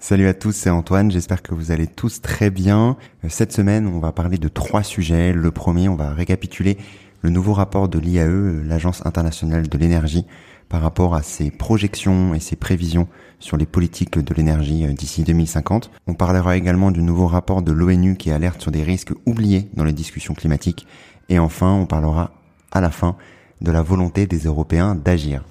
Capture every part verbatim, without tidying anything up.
Salut à tous, c'est Antoine, j'espère que vous allez tous très bien. Cette semaine, on va parler de trois sujets. Le premier, on va récapituler le nouveau rapport de l'I A E, l'Agence internationale de l'énergie, par rapport à ses projections et ses prévisions sur les politiques de l'énergie d'ici deux mille cinquante. On parlera également du nouveau rapport de l'ONU qui alerte sur des risques oubliés dans les discussions climatiques. Et enfin, on parlera à la fin de la volonté des Européens d'agir.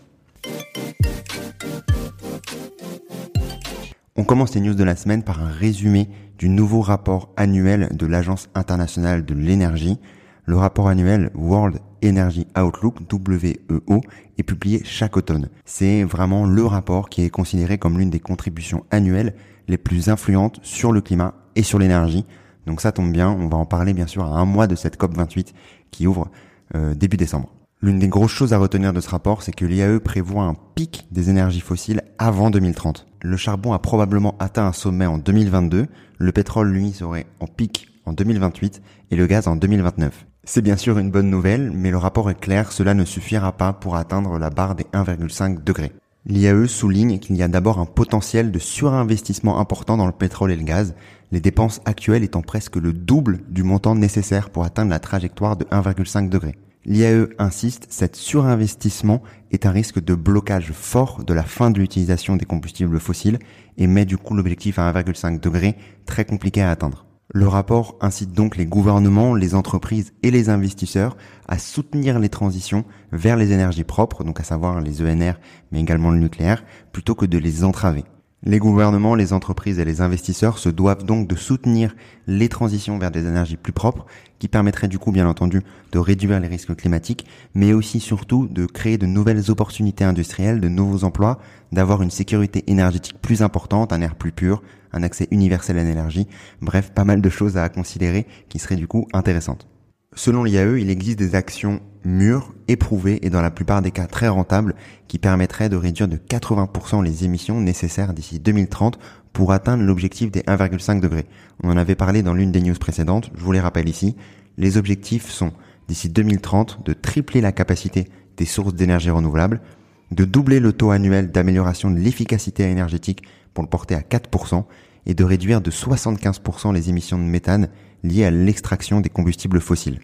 On commence les news de la semaine par un résumé du nouveau rapport annuel de l'Agence internationale de l'énergie. Le rapport annuel World Energy Outlook, W E O, est publié chaque automne. C'est vraiment le rapport qui est considéré comme l'une des contributions annuelles les plus influentes sur le climat et sur l'énergie. Donc ça tombe bien, on va en parler bien sûr à un mois de cette COP vingt-huit qui ouvre euh, début décembre. L'une des grosses choses à retenir de ce rapport, c'est que l'I A E prévoit un pic des énergies fossiles avant deux mille trente. Le charbon a probablement atteint un sommet en deux mille vingt-deux, le pétrole, lui, serait en pic en deux mille vingt-huit et le gaz en deux mille vingt-neuf. C'est bien sûr une bonne nouvelle, mais le rapport est clair, cela ne suffira pas pour atteindre la barre des un virgule cinq degrés. L'I A E souligne qu'il y a d'abord un potentiel de surinvestissement important dans le pétrole et le gaz, les dépenses actuelles étant presque le double du montant nécessaire pour atteindre la trajectoire de un virgule cinq degrés. L'I A E insiste, cet surinvestissement est un risque de blocage fort de la fin de l'utilisation des combustibles fossiles et met du coup l'objectif à un virgule cinq degré très compliqué à atteindre. Le rapport incite donc les gouvernements, les entreprises et les investisseurs à soutenir les transitions vers les énergies propres, donc à savoir les E N R mais également le nucléaire, plutôt que de les entraver. Les gouvernements, les entreprises et les investisseurs se doivent donc de soutenir les transitions vers des énergies plus propres qui permettraient du coup bien entendu de réduire les risques climatiques, mais aussi surtout de créer de nouvelles opportunités industrielles, de nouveaux emplois, d'avoir une sécurité énergétique plus importante, un air plus pur, un accès universel à l'énergie, bref, pas mal de choses à considérer qui seraient du coup intéressantes. Selon l'I A E, il existe des actions mûres, éprouvées et dans la plupart des cas très rentables qui permettraient de réduire de quatre-vingts pour cent les émissions nécessaires d'ici deux mille trente pour atteindre l'objectif des un virgule cinq degrés. On en avait parlé dans l'une des news précédentes, je vous les rappelle ici. Les objectifs sont d'ici deux mille trente de tripler la capacité des sources d'énergie renouvelables, de doubler le taux annuel d'amélioration de l'efficacité énergétique pour le porter à quatre pour cent et de réduire de soixante-quinze pour cent les émissions de méthane liées à l'extraction des combustibles fossiles.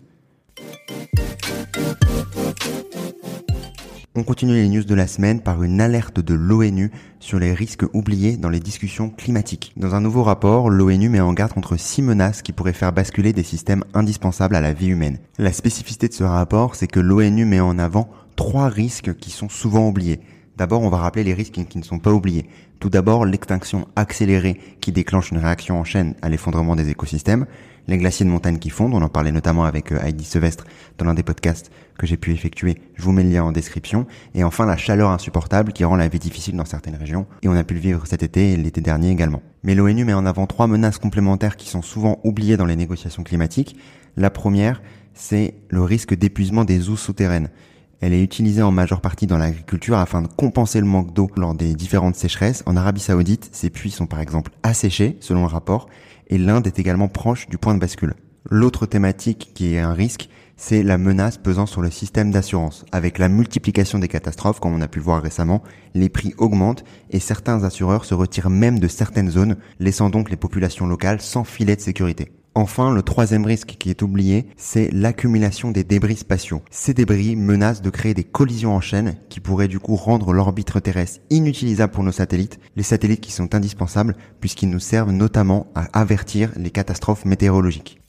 On continue les news de la semaine par une alerte de l'ONU sur les risques oubliés dans les discussions climatiques. Dans un nouveau rapport, l'ONU met en garde contre six menaces qui pourraient faire basculer des systèmes indispensables à la vie humaine. La spécificité de ce rapport, c'est que l'ONU met en avant trois risques qui sont souvent oubliés. D'abord, on va rappeler les risques qui ne sont pas oubliés. Tout d'abord, l'extinction accélérée qui déclenche une réaction en chaîne à l'effondrement des écosystèmes, les glaciers de montagne qui fondent, on en parlait notamment avec Heidi Sevestre dans l'un des podcasts que j'ai pu effectuer, je vous mets le lien en description, et enfin la chaleur insupportable qui rend la vie difficile dans certaines régions, et on a pu le vivre cet été et l'été dernier également. Mais l'ONU met en avant trois menaces complémentaires qui sont souvent oubliées dans les négociations climatiques. La première, c'est le risque d'épuisement des eaux souterraines. Elle est utilisée en majeure partie dans l'agriculture afin de compenser le manque d'eau lors des différentes sécheresses. En Arabie Saoudite, ces puits sont par exemple asséchés, selon le rapport, et l'Inde est également proche du point de bascule. L'autre thématique qui est un risque, c'est la menace pesant sur le système d'assurance. Avec la multiplication des catastrophes, comme on a pu le voir récemment, les prix augmentent et certains assureurs se retirent même de certaines zones, laissant donc les populations locales sans filet de sécurité. Enfin, le troisième risque qui est oublié, c'est l'accumulation des débris spatiaux. Ces débris menacent de créer des collisions en chaîne qui pourraient du coup rendre l'orbite terrestre inutilisable pour nos satellites, les satellites qui sont indispensables puisqu'ils nous servent notamment à avertir les catastrophes météorologiques.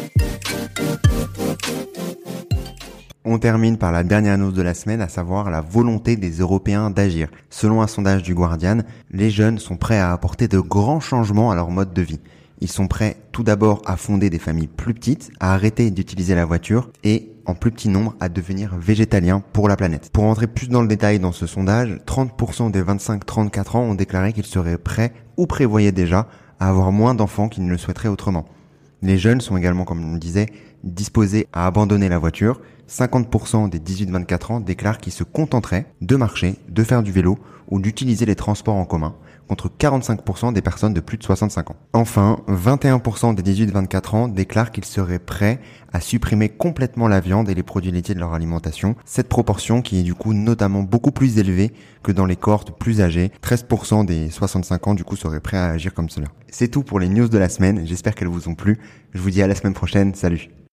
On termine par la dernière news de la semaine, à savoir la volonté des Européens d'agir. Selon un sondage du Guardian, les jeunes sont prêts à apporter de grands changements à leur mode de vie. Ils sont prêts tout d'abord à fonder des familles plus petites, à arrêter d'utiliser la voiture et, en plus petit nombre, à devenir végétaliens pour la planète. Pour rentrer plus dans le détail dans ce sondage, trente pour cent des vingt-cinq à trente-quatre ans ont déclaré qu'ils seraient prêts ou prévoyaient déjà à avoir moins d'enfants qu'ils ne le souhaiteraient autrement. Les jeunes sont également, comme on le disait, disposés à abandonner la voiture. cinquante pour cent des dix-huit à vingt-quatre ans déclarent qu'ils se contenteraient de marcher, de faire du vélo ou d'utiliser les transports en commun, contre quarante-cinq pour cent des personnes de plus de soixante-cinq ans. Enfin, vingt et un pour cent des dix-huit vingt-quatre ans déclarent qu'ils seraient prêts à supprimer complètement la viande et les produits laitiers de leur alimentation. Cette proportion qui est du coup notamment beaucoup plus élevée que dans les cohortes plus âgées. treize pour cent des soixante-cinq ans du coup seraient prêts à agir comme cela. C'est tout pour les news de la semaine. J'espère qu'elles vous ont plu. Je vous dis à la semaine prochaine. Salut.